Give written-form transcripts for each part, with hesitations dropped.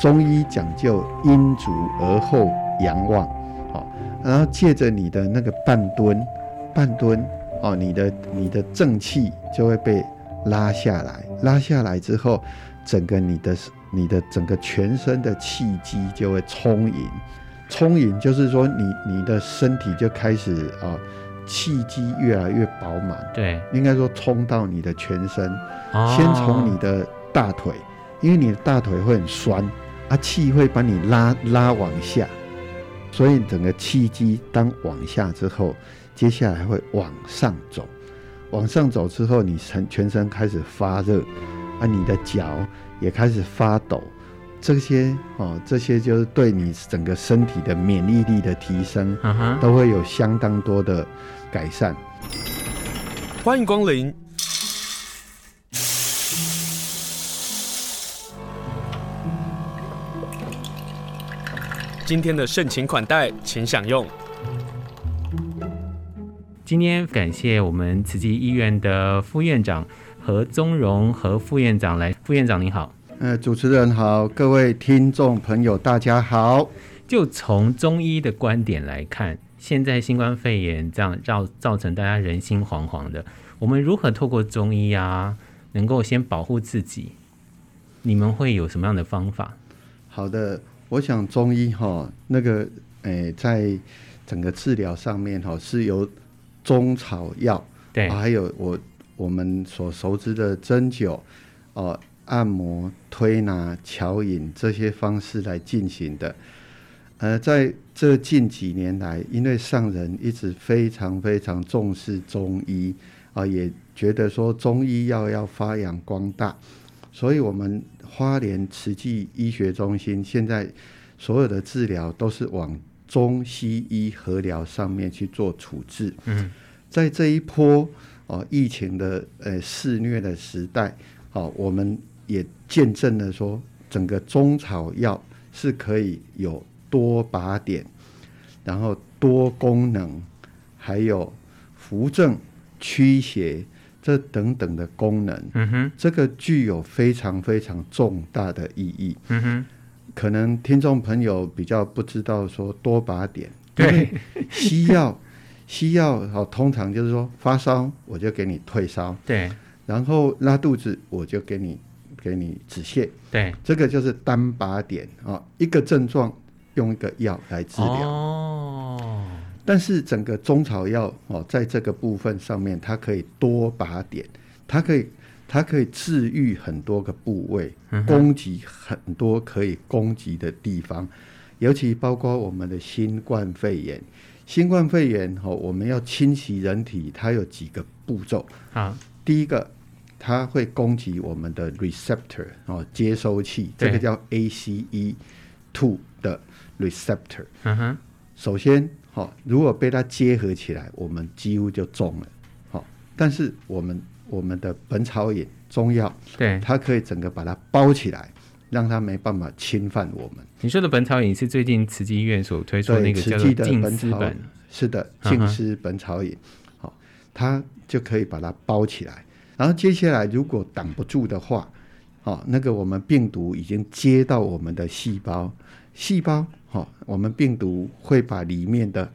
中医讲究阴足而后阳旺，然后借着你的那个半蹲，你的正气就会被拉下来之后，你的整个全身的气机就会充盈就是说你的身体就开始气机越来越饱满， 对， 应该说冲到你的全身，先从你的大腿，因为你的大腿会很酸气会把你拉往下，所以整个气机当往下之后，接下来会往上走之后，你全身开始发热你的脚也开始发抖，这些就是对你整个身体的免疫力的提升都会有相当多的改善。 欢迎光临。今天的盛情款待，请享用。 今天感谢我们慈济医院的副院长何宗荣何副院长来，副院长您好。 主持人好，各位听众朋友大家好。 就从中医的观点来看，现在新冠肺炎这样造成大家人心惶惶的，我们如何透过中医能够先保护自己？你们会有什么样的方法？ 好的，我想中医在整个治疗上面是由中草药， 对， 还有我们所熟知的针灸按摩、推拿、调饮这些方式来进行的。在这近几年来，因为上人一直非常非常重视中医也觉得说中医要发扬光大，所以我们花莲慈济医学中心现在所有的治疗都是往中西医合疗上面去做处置。在这一波疫情的肆虐的时代，我们也见证了说整个中草药是可以有多靶点，然后多功能，还有扶正驱邪这等等的功能，这个具有非常非常重大的意义。可能听众朋友比较不知道说多靶点，对，西药通常就是说发烧我就给你退烧， 对， 然后拉肚子我就给你止泻， 对， 这个就是单靶点一个症状用一个药来治疗。但是整个中草药在这个部分上面，它可以多靶点，它可以治愈很多个部位，攻击很多可以攻击的地方，尤其包括我们的新冠肺炎。新冠肺炎我们要侵袭人体，它有几个步骤。第一个，它会攻击我们的 receptor 接收器，这个叫 ACE2 的 receptor。首先如果被它结合起来，我们几乎就中了。但是我们的本草饮中药，对，它可以整个把它包起来，让它没办法侵犯我们。 你说的本草饮是最近慈济医院所推出的那个叫做静思本， 是的，静思本草饮，它就可以把它包起来。然后接下来如果挡不住的话，那个我们病毒已经接到我们的细胞，我们病毒会把里面的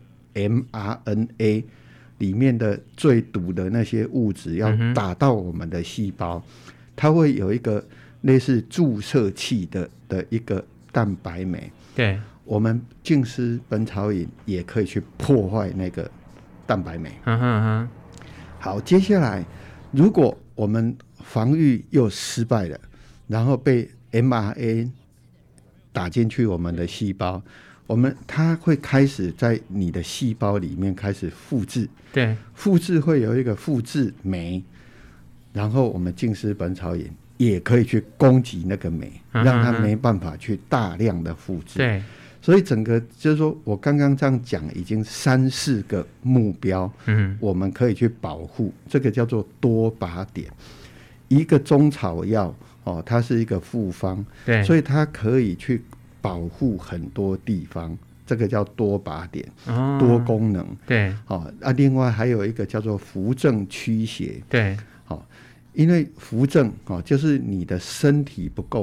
mRNA 里面的最毒的那些物质要打到我们的细胞，它会有一个类似注射器的一个蛋白酶，对，我们静思本草饮也可以去破坏那个蛋白酶。好，接下来如果我们防御又失败了，然后被 mRNA 打进去我们的细胞，它会开始在你的细胞里面开始复制，对，复制会有一个复制酶，然后我们静思本草饮也可以去攻击那个酶，让它没办法去大量的复制。对，所以整个就是说我刚刚这样讲，已经3-4个目标，我们可以去保护，这个叫做多靶点。一个中草药它是一个复方，对，所以它可以去保护很多地方，这个叫多靶点，多功能。对，另外还有一个叫做扶正驱邪。对，因为扶正就是你的身体不够好，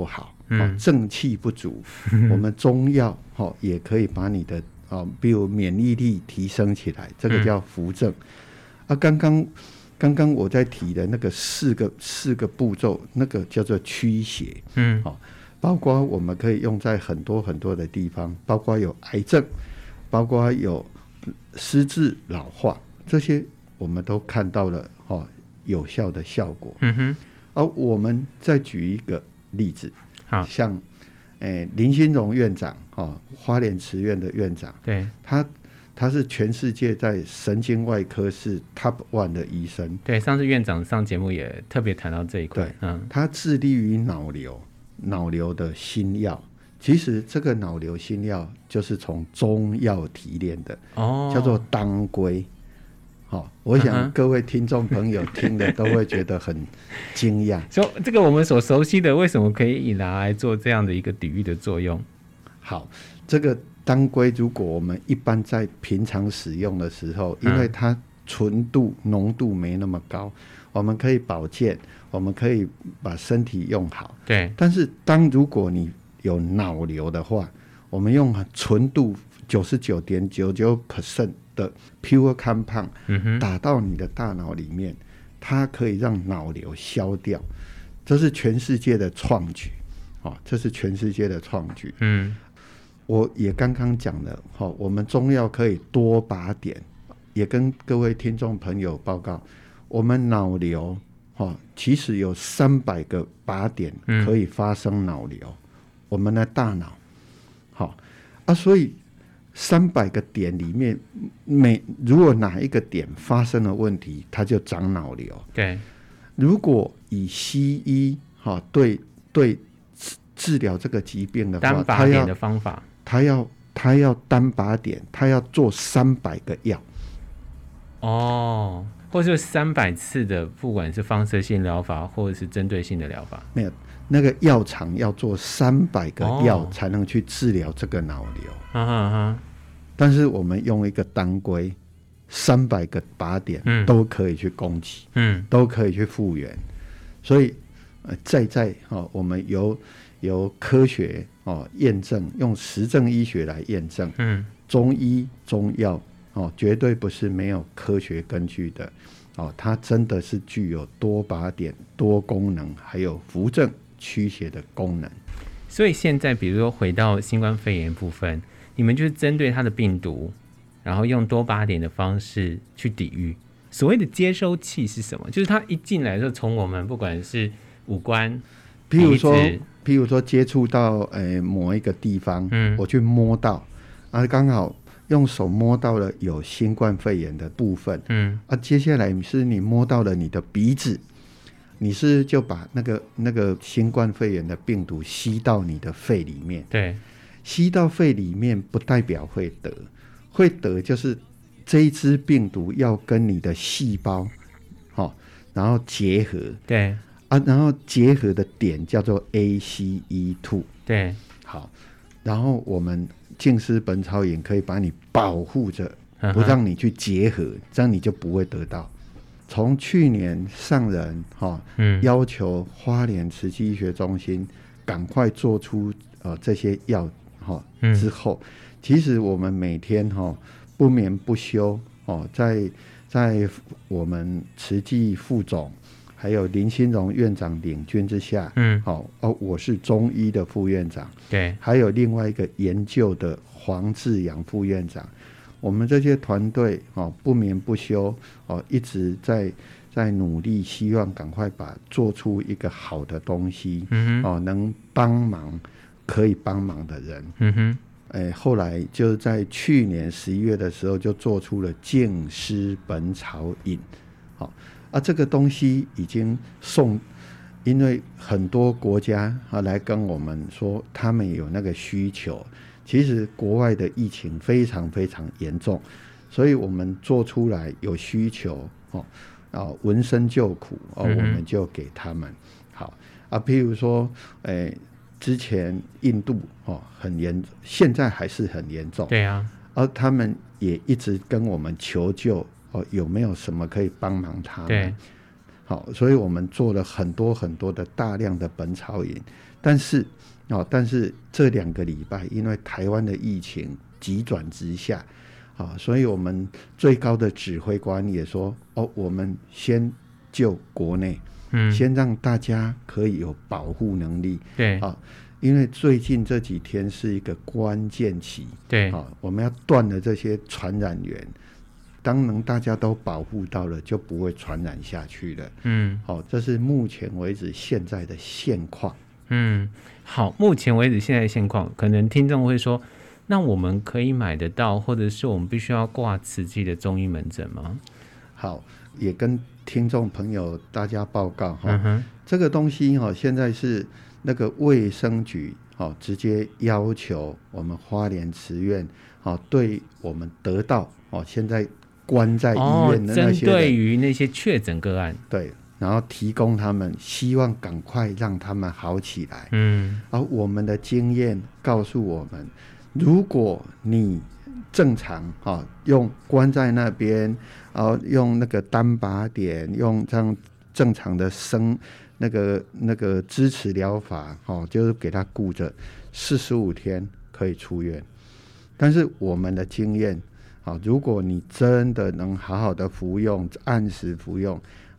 正气不足，我们中药也可以把你的比如免疫力提升起来，这个叫扶正。刚刚我在提的那个四个步骤，那个叫做驱邪，包括我们可以用在很多很多的地方，包括有癌症，包括有失智老化，这些我们都看到了有效的效果。我们再举一个例子，像林新荣院长，花莲慈院的院长， 对， 他是全世界在神经外科是 Top 1的医生。 对，上次院长上节目也特别谈到这一块。 他致力于脑瘤的新药。其实这个脑瘤新药就是从中药提炼的，叫做当归。我想各位听众朋友听了都会觉得很惊讶。 所以这个我们所熟悉的，为什么可以拿来做这样的一个抵御的作用？ 好，这个当归如果我们一般在平常使用的时候，因为它纯度浓度没那么高，我们可以保健，我们可以把身体用好。 对， 但是如果你有脑瘤的话，我们用纯度 99.99% 的 pure compound 打到你的大脑里面，它可以让脑瘤消掉。这是全世界的创举，这是全世界的创举。我也刚刚讲了，我们中药可以多靶点，也跟各位听众朋友报告，我们脑瘤其实有300个靶点可以发生脑瘤。我们的大脑所以300个点里面，如果哪一个点发生了问题，它就长脑瘤。 对， 如果以西医对治疗这个疾病的话， 单靶点的方法， 他要单靶点，他要做300个药。 或者300次的，不管是放射性疗法或者是针对性的疗法， 没有，那个药厂要做300个药才能去治疗这个脑瘤。但是我们用一个当归，300个靶点都可以去攻击，都可以去复原。所以我们由科学验证，用实证医学来验证，中医中药绝对不是没有科学根据的。它真的是具有多靶点、多功能，还有扶正驱邪的功能。 所以现在比如说回到新冠肺炎部分，你们就是针对它的病毒，然后用多靶点的方式去抵御。所谓的接收器是什么？就是它一进来就从我们不管是五官， 譬如说接触到某一个地方，我去摸到刚好用手摸到了有新冠肺炎的部分，接下来是你摸到了你的鼻子，你是就把那个新冠肺炎的病毒吸到你的肺里面。 对， 吸到肺里面不代表会得就是这一支病毒要跟你的细胞然后结合。 对然后结合的点叫做 ACE2。 对， 好，然后我们净思本草饮可以把你保护着，不让你去结合，这样你就不会得到。从去年上人要求花莲慈济医学中心赶快做出这些药之后，其实我们每天不眠不休在我们慈济副总还有林新荣院长领军之下，我是中医的副院长， 对， 还有另外一个研究的黄志阳副院长，我们这些团队不眠不休一直在努力，希望赶快做出一个好的东西，能帮忙可以帮忙的人。后来就在去年11月的时候就做出了净思本草饮。这个东西已经因为很多国家来跟我们说他们有那个需求，其实国外的疫情非常非常严重，所以我们做出来有需求闻声救苦我们就给他们。好譬如说之前印度很严重，现在还是很严重。 对啊， 他们也一直跟我们求救有没有什么可以帮忙他们？ 对， 好，所以我们做了很多很多的大量的本草饮，但是这2个礼拜因为台湾的疫情急转直下，所以我们最高的指挥官也说，我们先救国内，先让大家可以有保护能力， 对， 因为最近这几天是一个关键期， 对， 我们要断了这些传染源，当能大家都保护到了，就不会传染下去了。这是目前为止现在的现况。 好，目前为止现在的现况，可能听众会说，那我们可以买得到，或者是我们必须要挂慈济的中医门诊吗？ 好，也跟听众朋友大家报告这个东西现在是那个卫生局直接要求我们花莲慈院对我们得到现在关在医院的那些人， 针对于那些确诊个案， 对，然后提供他们，希望赶快让他们好起来。而我们的经验告诉我们，如果你正常用关在那边，用那个单靶点，用这样正常的那个支持疗法，就是给他顾着45天可以出院。但是我们的经验，如果你真的能好好的服用，按时服用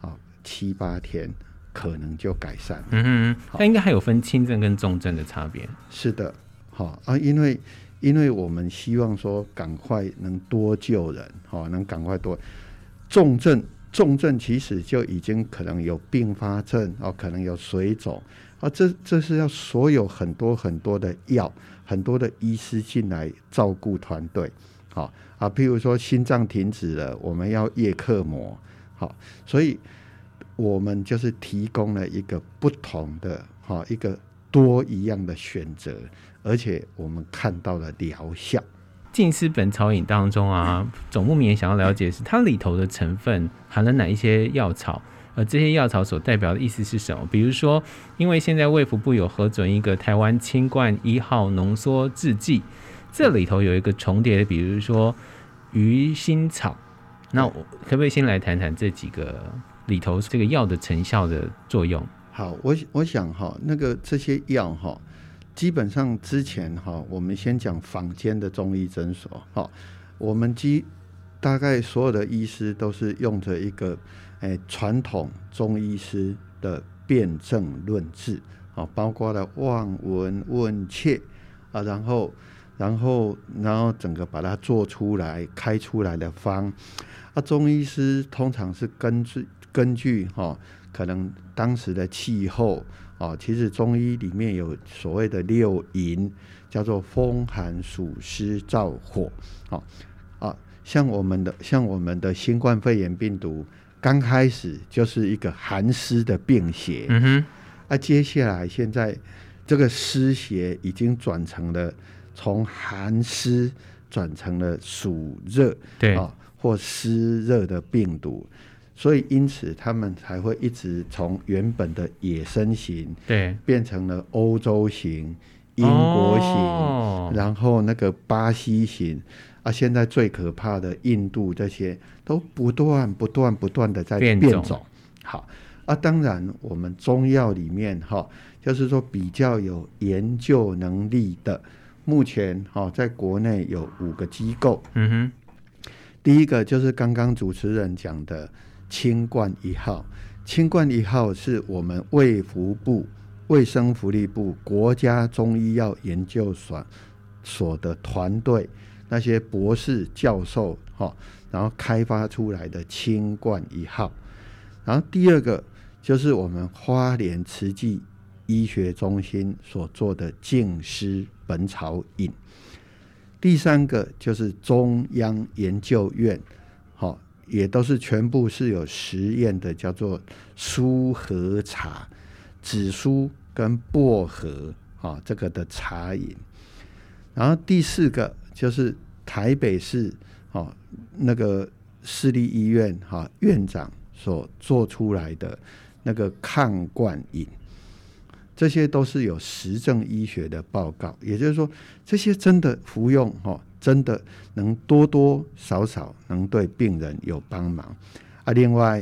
，7、8天可能就改善了。 那应该还有分轻症跟重症的差别。 是的，因为我们希望说赶快能多救人，能赶快多重症其实就已经可能有并发症，可能有水肿，这是要所有很多很多的药，很多的医师进来照顾团队。譬如说心脏停止了，我们要叶克膜，所以我们就是提供了一个不同的一个多一样的选择，而且我们看到了疗效。 静思本草饮当中总牧民想要了解的是它里头的成分含了哪一些药草，这些药草所代表的意思是什么？比如说，因为现在卫福部有核准一个台湾清冠1号浓缩制剂，这里头有一个重叠的，比如说鱼腥草，那可不可以先来谈谈这几个里头这个药的成效的作用？ 好，我想这些药基本上之前我们先讲坊间的中医诊所，我们大概所有的医师都是用着一个传统中医师的辨证论治，包括了望闻问切然后整个把它做出来开出来的方，中医师通常是根据可能当时的气候，其实中医里面有所谓的6淫，叫做风寒暑湿燥火，像我们的新冠肺炎病毒刚开始就是一个寒湿的病邪，接下来现在这个湿邪已经转成了从寒湿转成了暑热， 对， 或湿热的病毒，所以因此他们才会一直从原本的野生型，对，变成了欧洲型、英国型，然后那个巴西型，现在最可怕的印度，这些都不断的在变种。好，当然我们中药里面就是说比较有研究能力的，目前在国内有5个机构。第一个就是刚刚主持人讲的清冠1号，清冠1号是我们卫福部卫生福利部国家中医药研究所的团队，那些博士教授然后开发出来的清冠1号。然后第二个就是我们花莲慈济医学中心所做的静思本草饮。第三个就是中央研究院，也都是全部是有实验的，叫做苏合茶，紫苏跟薄荷这个的茶饮。然后第四个就是台北市那个市立医院院长所做出来的那个抗冠饮，这些都是有实证医学的报告，也就是说这些真的服用真的能多多少少能对病人有帮忙。另外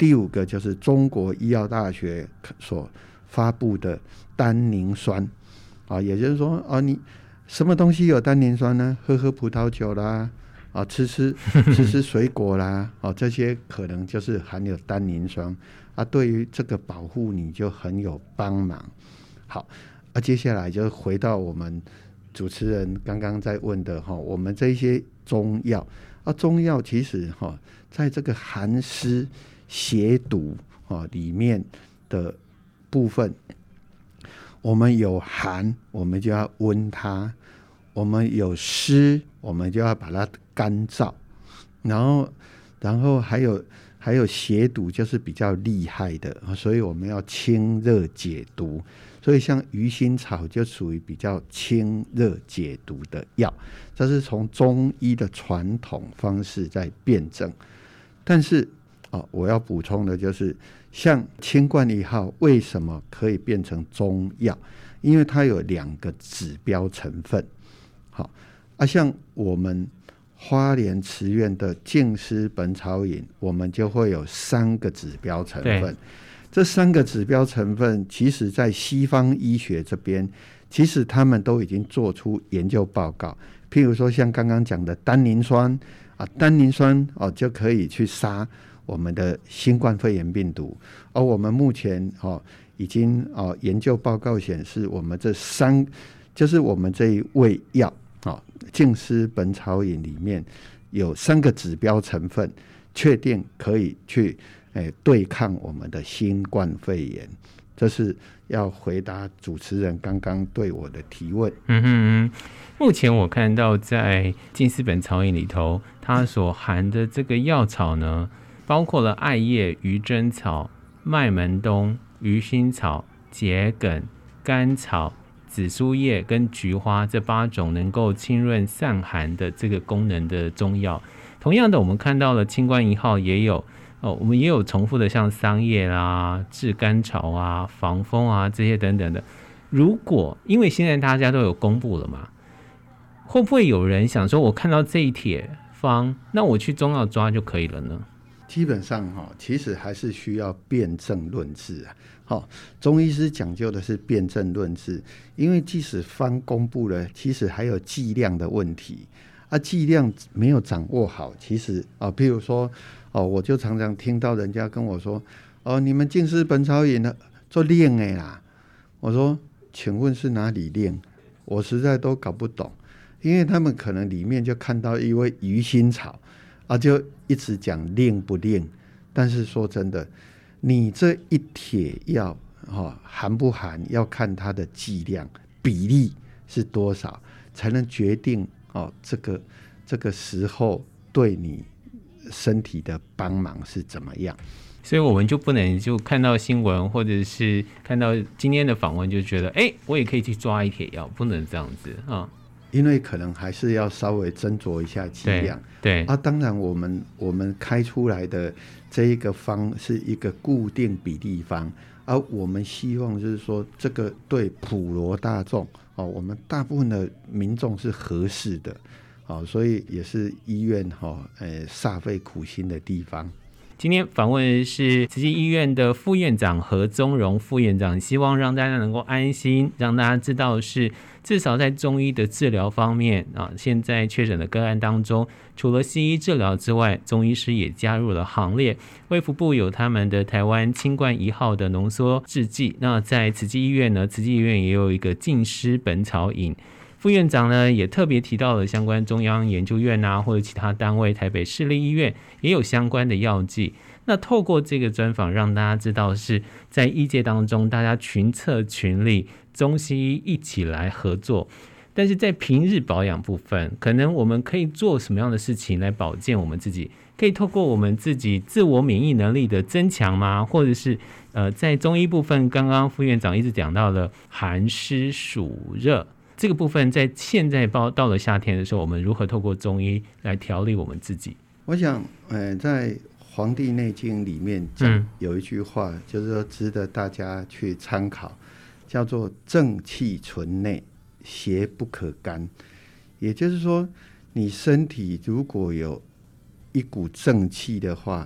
第5个就是中国医药大学所发布的单宁酸也就是说你什么东西有单宁酸呢？喝葡萄酒啦吃水果啦这些可能就是含有单宁酸对于这个保护你就很有帮忙。好接下来就回到我们主持人刚刚在问的我们这些中药中药其实在这个寒湿邪毒里面的部分，我们有寒我们就要温它，我们有湿我们就要把它干燥，然后还有邪毒就是比较厉害的，所以我们要清热解毒，所以像鱼腥草就属于比较清热解毒的药，这是从中医的传统方式在辩证。但是我要补充的就是像清冠一号为什么可以变成中药，因为它有2个指标成分。像我们花莲慈院的净湿本草饮，我们就会有3个指标成分。这3个指标成分其实在西方医学这边其实他们都已经做出研究报告，譬如说像刚刚讲的单宁酸单宁酸就可以去杀我们的新冠肺炎病毒，而我们目前已经研究报告显示，我们就是我们这一味药净湿本草饮里面有3个指标成分，确定可以去对抗我们的新冠肺炎。这是要回答主持人刚刚对我的提问。 目前我看到在净湿本草饮里头，它所含的这个药草呢，包括了艾叶、鱼腥草、麦门冬、鱼腥草、桔梗、甘草、紫苏叶跟菊花这8种能够清润散寒的这个功能的中药。同样的，我们看到了清冠一号也有我们也有重复的像桑叶啦、炙甘草防风这些等等的。如果因为现在大家都有公布了嘛，会不会有人想说我看到这一帖方，那我去中药抓就可以了呢？ 基本上其实还是需要辩证论治中医师讲究的是辩证论治，因为即使方公布了，其实还有剂量的问题剂量没有掌握好，其实譬如说我就常常听到人家跟我说你们净湿本草饮做炼的啦，我说请问是哪里炼？我实在都搞不懂，因为他们可能里面就看到一味鱼腥草就一直讲炼不炼，但是说真的，你这一帖药含不含要看它的剂量比例是多少，才能决定这个时候对你身体的帮忙是怎么样。 所以我们就不能就看到新闻或者是看到今天的访问就觉得我也可以去抓一帖药，不能这样子因为可能还是要稍微斟酌一下剂量。 对当然我们开出来的这一个方是一个固定比例方，我们希望就是说这个对普罗大众我们大部分的民众是合适的所以也是医院煞费苦心的地方。 今天访问的是慈济医院的副院长何宗荣副院长，希望让大家能够安心，让大家知道是至少在中医的治疗方面现在确诊的个案当中，除了西医治疗之外，中医师也加入了行列。卫福部有他们的台湾清冠一号的浓缩制剂，那在慈济医院呢，慈济医院也有一个净湿本草饮。副院长呢也特别提到了相关中央研究院或者其他单位，台北市立医院也有相关的药剂。那透过这个专访，让大家知道是在医界当中，大家群策群力，中西医一起来合作。但是在平日保养部分，可能我们可以做什么样的事情来保健我们自己？可以透过我们自己自我免疫能力的增强吗？或者是在中医部分，刚刚副院长一直讲到了寒湿暑热。这个部分在现在到了夏天的时候，我们如何透过中医来调理我们自己？ 我想在《黄帝内经》里面讲有一句话，就是说值得大家去参考，叫做正气存内，邪不可干。也就是说，你身体如果有一股正气的话，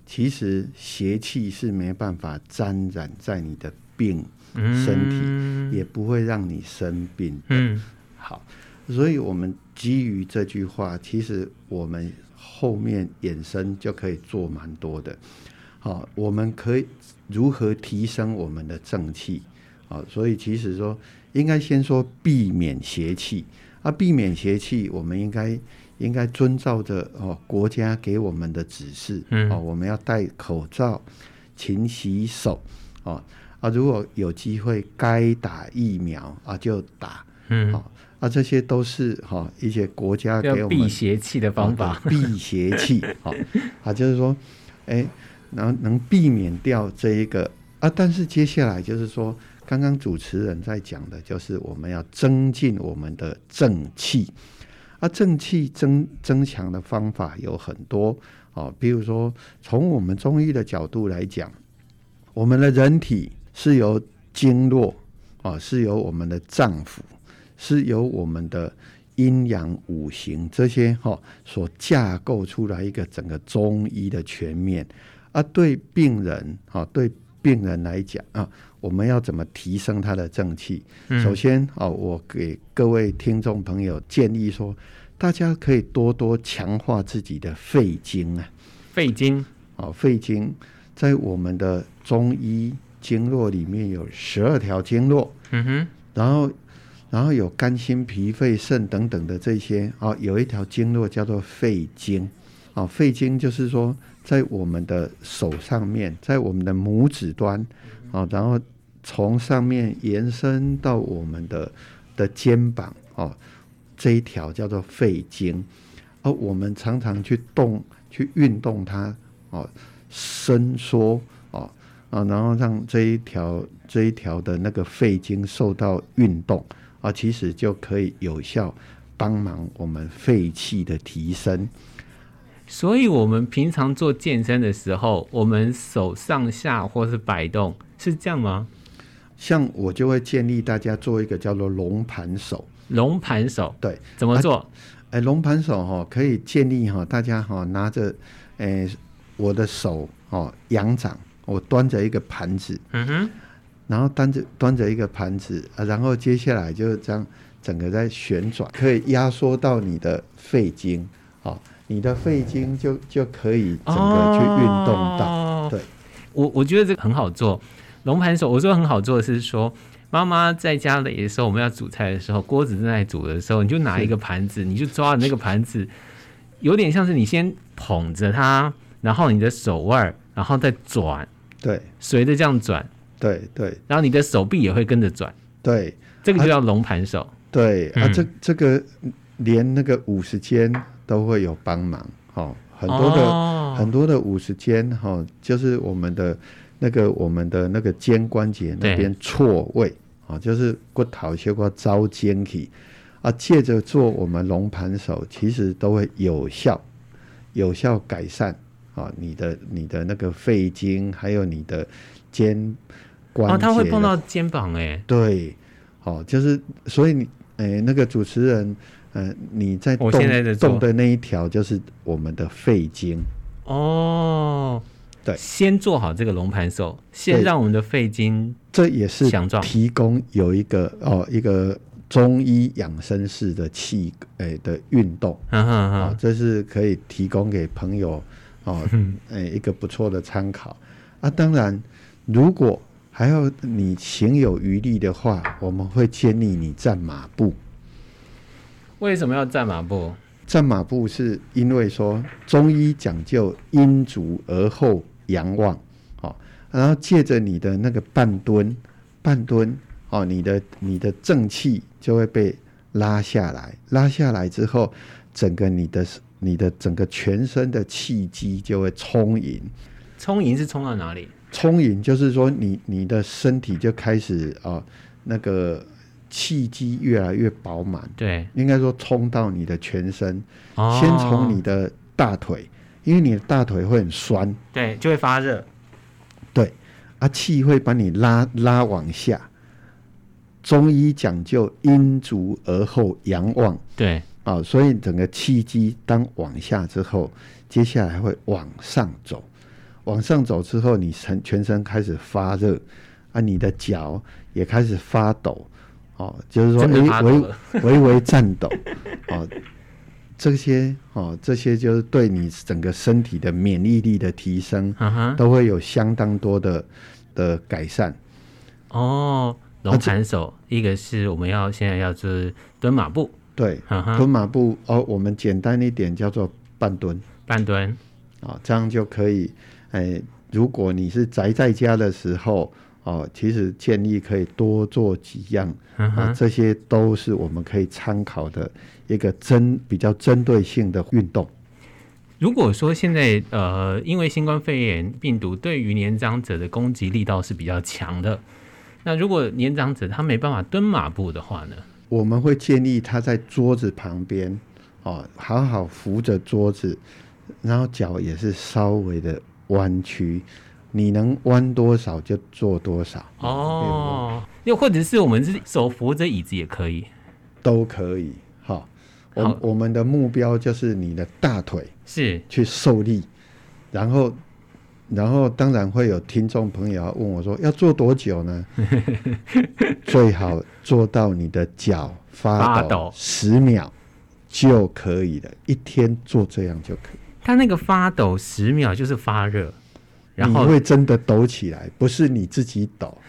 其实邪气是没办法沾染在你的病身体，也不会让你生病的。好，所以我们基于这句话，其实我们后面衍生就可以做蛮多的。好，我们可以如何提升我们的正气？好，所以其实说应该先说避免邪气啊，避免邪气，我们应该遵照着国家给我们的指示，我们要戴口罩、勤洗手，如果有机会该打疫苗啊就打，这些都是一些国家给我们避邪气的方法， 避邪气，就是说，能避免掉这一个啊。但是接下来就是说，刚刚主持人在讲的，就是我们要增进我们的正气。正气增强的方法有很多，比如说从我们中医的角度来讲，我们的人体是由经络，是由我们的脏腑，是由我们的阴阳五行这些所架构出来一个整个中医的全面。对病人来讲我们要怎么提升他的正气？首先我给各位听众朋友建议说，大家可以多多强化自己的肺经啊。 肺经肺经在我们的中医经络里面有12条经络，然后有肝心脾肺肾等等的这些有一条经络叫做肺经。肺经就是说在我们的手上面，在我们的拇指端，然后从上面延伸到我们的肩膀，这一条叫做肺经。我们常常去运动它，伸缩，然后让这一条的那个肺经受到运动，其实就可以有效帮忙我们肺气的提升。 所以我们平常做健身的时候，我们手上下或是摆动，是这样吗？ 像我就会建议大家做一个叫做龙盘手。 龙盘手， 对， 怎么做？ 龙盘手可以建议大家拿着我的手仰掌，我端着一个盘子，然后端着一个盘子，然后接下来就这样整个在旋转，可以压缩到你的肺经，你的肺经就可以整个去运动到。对， 我觉得这个很好做。龙盘手，我说很好做的是说，妈妈在家里的时候，我们要煮菜的时候，锅子正在煮的时候，你就拿一个盘子，你就抓着那个盘子，有点像是你先捧着它，然后你的手腕，然后再转， 对， 随着这样转， 对对， 然后你的手臂也会跟着转， 对， 这个就叫龙盘手。 对这个连那个50肩都会有帮忙，很多的50肩，就是我们的那个肩关节那边错位，就是骨头小可走肩去借着做我们龙盘手，其实都会有效改善你的那个肺经，还有你的肩关节。它会碰到肩膀对，就是所以你那个主持人你在动的那一条就是我们的肺经。对， 先做好这个龙盘手，先让我们的肺经这也是强壮， 提供有一个中医养生式的的运动，这是可以提供给朋友一个不错的参考当然，如果还要你行有余力的话，我们会建议你站马步。 为什么要站马步？ 站马步是因为说中医讲究阴足而后阳旺，然后借着你的那个半蹲，你的正气就会被拉下来之后，整个你的整个全身的气机就会充盈。 充盈是充到哪里？ 充盈就是说你的身体就开始那个气机越来越饱满。对，应该说充到你的全身，先从你的大腿，因为你的大腿会很酸， 对，就会发热。 对气会把你拉往下。中医讲究阴足而后阳旺，对所以整个气机当往下之后，接下来会往上走， 往上走之后，你全身开始发热啊，你的脚也开始发抖，就是说微微颤抖，这些就是对你整个身体的免疫力的提升，都会有相当多的改善。 龙盘手，一个是我们现在要就是蹲马步， 对，蹲马步我们简单一点叫做半蹲，这样就可以。如果你是宅在家的时候，其实建议可以多做几样，这些都是我们可以参考的一个比较针对性的运动。 如果说现在因为新冠肺炎病毒对于年长者的攻击力道是比较强的，那如果年长者他没办法蹲马步的话呢， 我们会建议他在桌子旁边，好好扶着桌子，然后脚也是稍微的弯曲，你能弯多少就做多少。 又或者是我们是手扶着椅子也可以， 都可以。我们的目标就是你的大腿是去受力，然后当然会有听众朋友要问我说，要做多久呢？最好做到你的脚发抖10秒就可以了，一天做这样就可以。 他那个发抖10秒就是发热，然后你会真的抖起来，不是你自己抖。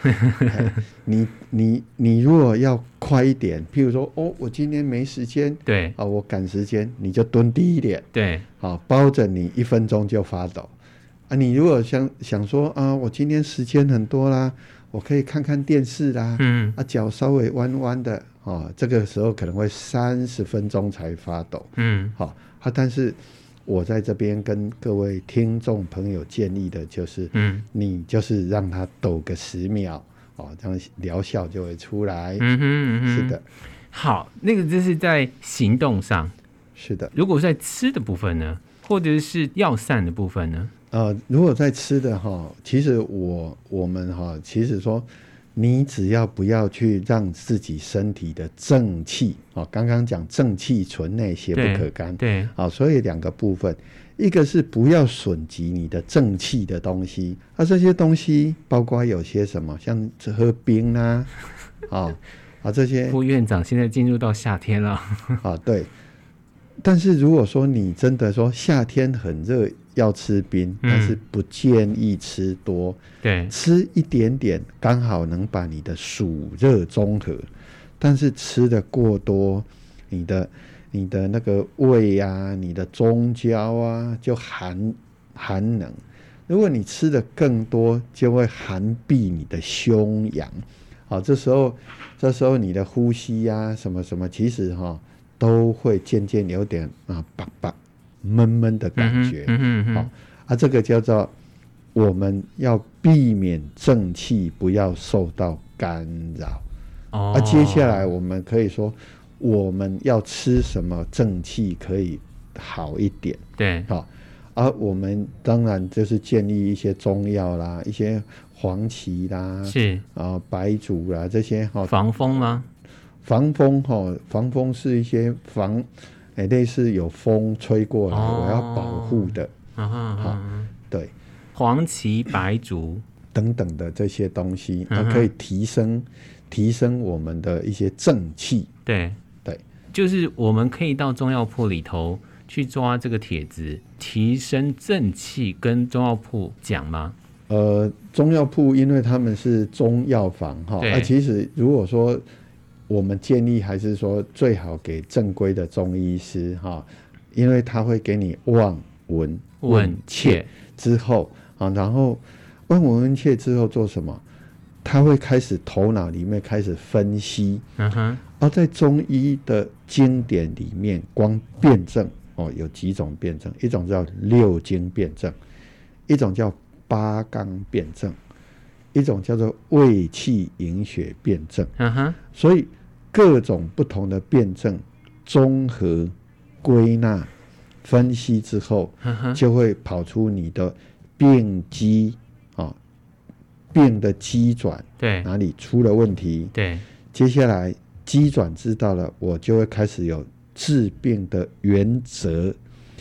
你如果要快一点，譬如说我今天没时间， 对我赶时间，你就蹲低一点， 对， 包着你1分钟就发抖。你如果想说我今天时间很多啦，我可以看看电视啦，脚稍微弯弯的，这个时候可能会30分钟才发抖，但是我在这边跟各位听众朋友建议的就是，你就是让他抖个10秒，这样疗效就会出来。是的。 好，那个就是在行动上。 是的。 如果在吃的部分呢，或者是药膳的部分呢？ 如果在吃的其实我们其实说，你只要不要去让自己身体的正气，刚刚讲正气存内，邪不可干， 对， 所以2个部分，一个是不要损及你的正气的东西，这些东西包括有些什么，像喝冰啊，这些。 副院长现在进入到夏天了， 对。但是如果说你真的说夏天很热要吃冰，但是不建议吃多， 对， 吃一点点刚好能把你的暑热中和，但是吃的过多，你的那个胃啊，你的中焦啊就寒冷，如果你吃的更多，就会寒闭你的胸阳，这时候你的呼吸啊什么什么，其实都会渐渐有点闷闷的感觉。这个叫做我们要避免正气不要受到干扰。接下来我们可以说我们要吃什么正气可以好一点。 对， 我们当然就是建议一些中药啦，一些黄芪啦， 是白术啦，这些防风吗？ 防风是一些类似有风吹过来，我要保护的，对， 黄芪、白术等等的这些东西，它可以提升我们的一些正气。 对，就是我们可以到中药铺里头去抓这个帖子，提升正气，跟中药铺讲吗？ 中药铺因为他们是中药房其实如果说我们建议还是说最好给正规的中医师因为他会给你望闻问切之后然后望闻问切之后做什么？他会开始头脑里面开始分析。在中医的经典里面，光辩证有几种辩证，一种叫6经辩证，一种叫8纲辩证，一种叫做胃气营血辩证。所以各种不同的辩证综合归纳分析之后，就会跑出你的病机病的机转， 对， 哪里出了问题， 对， 接下来机转知道了，我就会开始有治病的原则，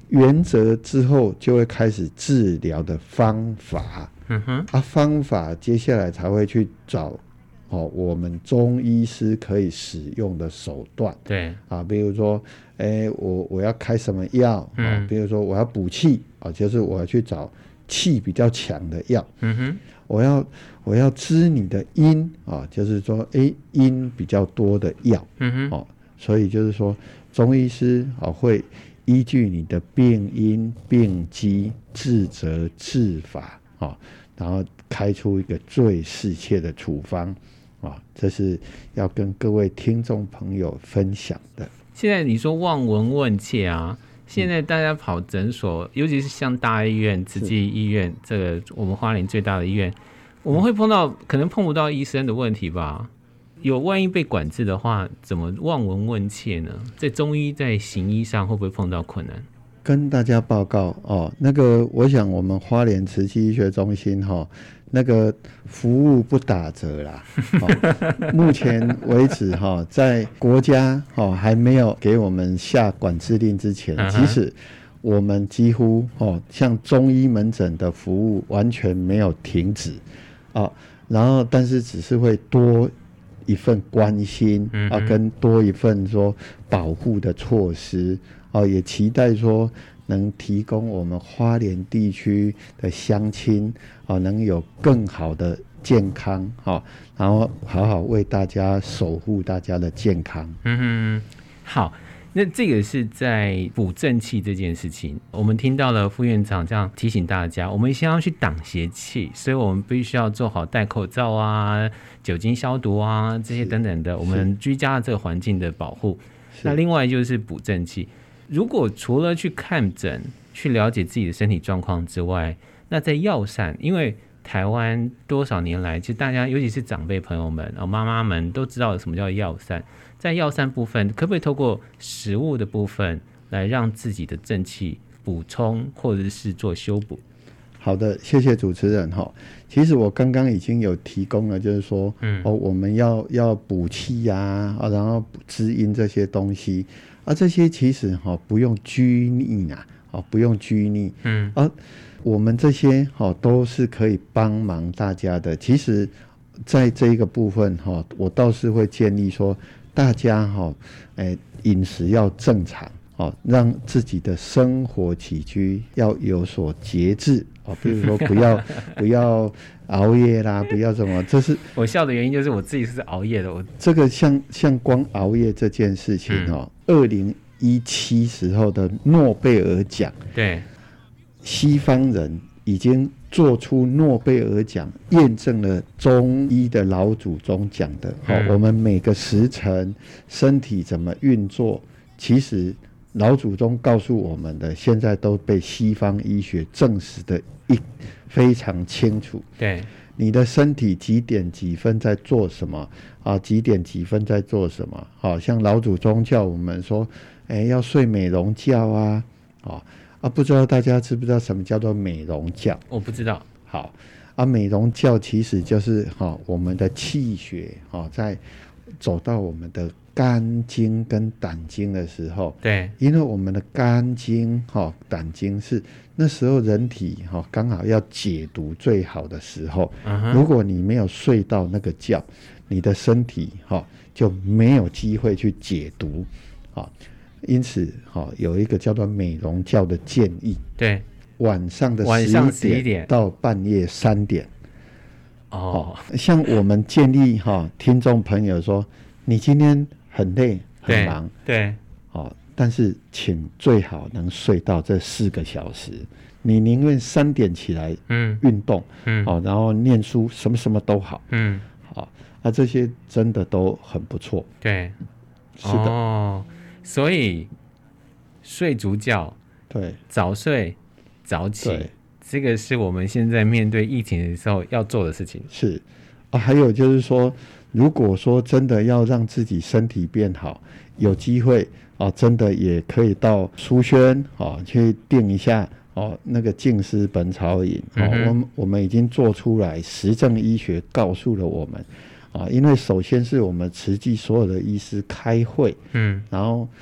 原则之后就会开始治疗的方法，方法接下来才会去找我们中医师可以使用的手段， 对比如说我要开什么药，比如说我要补气，就是我要去找气比较强的药，我要知你的阴，就是说阴比较多的药，所以就是说中医师会依据你的病因病机治则治法，然后开出一个最适切的处方，这是要跟各位听众朋友分享的。 现在你说望闻问切啊，现在大家跑诊所，尤其是像大医院、慈济医院，这个我们花莲最大的医院，我们会可能碰不到医生的问题吧？万一被管制的话，怎么望闻问切呢？在中医在行医上会不会碰到困难？ 跟大家报告那个我想我们花莲慈济医学中心那个服务不打折啦，目前为止在国家还没有给我们下管制令之前，其实我们几乎像中医门诊的服务完全没有停止然后但是只是会多一份关心跟多一份说保护的措施也期待说能提供我们花莲地区的乡亲能有更好的健康然后好好为大家守护大家的健康。 好，那这个是在补正气这件事情，我们听到了副院长这样提醒大家，我们先要去挡邪气，所以我们必须要做好戴口罩啊、酒精消毒啊这些等等的，我们居家的这个环境的保护。那另外就是补正气，如果除了去看诊、去了解自己的身体状况之外，那在药膳，因为台湾多少年来，其实大家尤其是长辈朋友们、妈妈们都知道什么叫药膳。在药膳部分，可不可以透过食物的部分来让自己的正气补充，或者是做修补？ 好的，谢谢主持人其实我刚刚已经有提供了，就是说我们要补气然后滋阴这些东西这些其实不用拘泥不用拘泥我们这些都是可以帮忙大家的。其实在这一个部分我倒是会建议说大家饮食要正常让自己的生活起居要有所节制比如说不要熬夜啦，不要什么。这是我笑的原因，就是我自己是熬夜的。 这个像光熬夜这件事情2017时候的诺贝尔奖， 对， 西方人已经做出诺贝尔奖，验证了中医的老祖宗讲的我们每个时辰身体怎么运作，其实老祖宗告诉我们的，现在都被西方医学证实的非常清楚。 对， 你的身体几点几分在做什么几点几分在做什么像老祖宗叫我们说要睡美容觉不知道大家知不知道什么叫做美容觉？ 我不知道。 好美容觉其实就是我们的气血在走到我们的肝经跟胆经的时候， 对， 因为我们的肝经胆经是那时候人体刚好要解毒最好的时候如果你没有睡到那个觉，你的身体就没有机会去解毒因此有一个叫做美容觉的建议， 对， 晚上的11点到半夜3点像我们建议听众朋友说，你今天很累很忙， 对但是请最好能睡到这4个小时，你宁愿3点起来运动然后念书什么都好这些真的都很不错。 对， 是的所以睡足觉， 对， 早睡早起，这个是我们现在面对疫情的时候要做的事情。 是还有就是说，如果说真的要让自己身体变好，有机会真的也可以到书轩去订一下那个净思本草饮我们已经做出来，实证医学告诉了我们因为首先是我们慈济所有的医师开会然后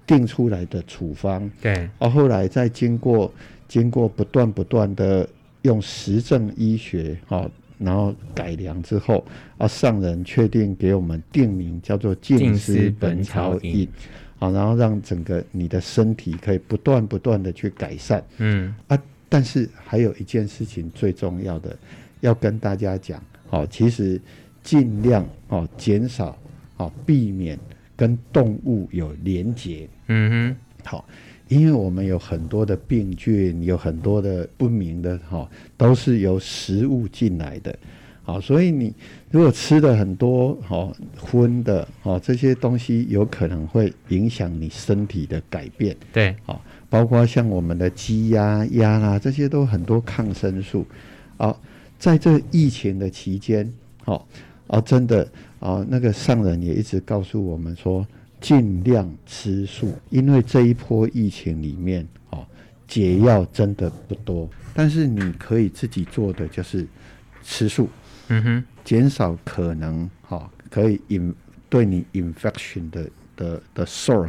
定出来的处方， 对， 后来再经过不断的用实证医学，然后改良之后，上人确定给我们定名叫做净思本草饮，然后让整个你的身体可以不断的去改善。但是还有一件事情最重要的要跟大家讲，其实尽量减少避免跟动物有连结。因为我们有很多的病菌，有很多的不明的都是由食物进来的。所以你如果吃的很多荤的这些东西有可能会影响你身体的改变。 对， 包括像我们的鸡鸭啦，这些都很多抗生素。在这疫情的期间，真的那个上人也一直告诉我们说，尽量吃素，因为这一波疫情里面解药真的不多，但是你可以自己做的就是吃素，减少可能可以对你 infection 的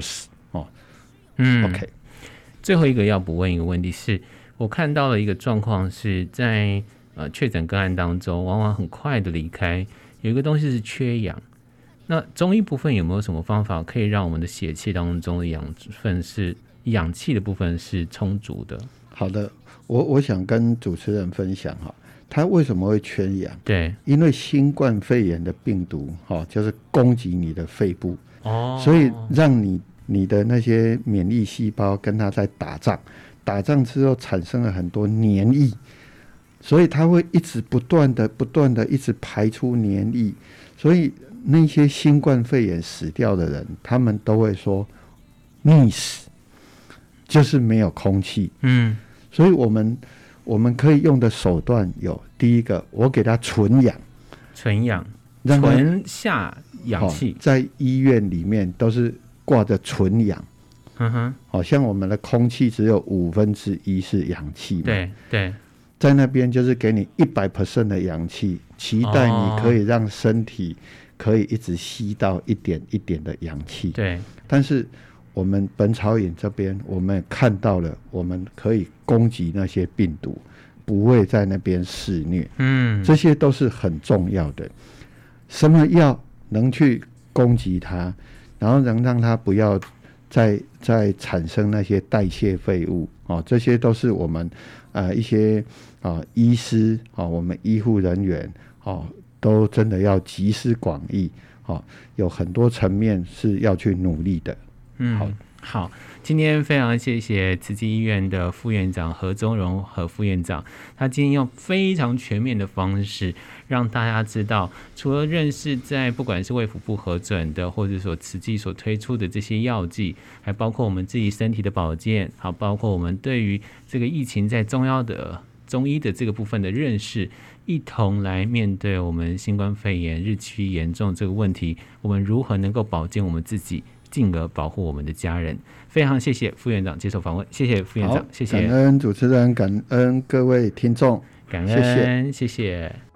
source。OK。 最后一个要补问一个问题是，我看到了一个状况是在确诊个案当中，往往很快的离开，有一个东西是缺氧。那中医部分有没有什么方法可以让我们的血气当中的氧气的部分是充足的？好的， 我想跟主持人分享他为什么会缺氧？ 对， 因为新冠肺炎的病毒就是攻击你的肺部，所以让你的那些免疫细胞跟它在打仗之后产生了很多黏液，所以它会一直不断的一直排出黏液，所以那些新冠肺炎死掉的人，他们都会说溺死，就是没有空气。所以我们可以用的手段有，第一个，我给他纯氧， 纯下氧气， 在医院里面都是挂着纯氧。像我们的空气只有1/5是氧气嘛， 对， 在那边就是给你100% 的氧气，期待你可以让身体可以一直吸到一点一点的氧气。 对， 但是我们本草饮这边，我们看到了，我们可以攻击那些病毒，不会在那边肆虐。这些都是很重要的。什么药能去攻击它，然后能让它不要再产生那些代谢废物，这些都是我们一些医师我们医护人员都真的要集思广益，有很多层面是要去努力的。 好，今天非常谢谢慈济医院的副院长何宗荣何副院长，他今天用非常全面的方式让大家知道，除了认识在不管是卫福部核准的，或者说慈济所推出的这些药剂，还包括我们自己身体的保健，好，包括我们对于这个疫情在中医的这个部分的认识，一同来面对我们新冠肺炎日趋严重这个问题，我们如何能够保健我们自己，进而保护我们的家人。非常谢谢副院长接受访问，谢谢副院长，谢谢， 感恩主持人，感恩各位听众， 感恩，谢谢。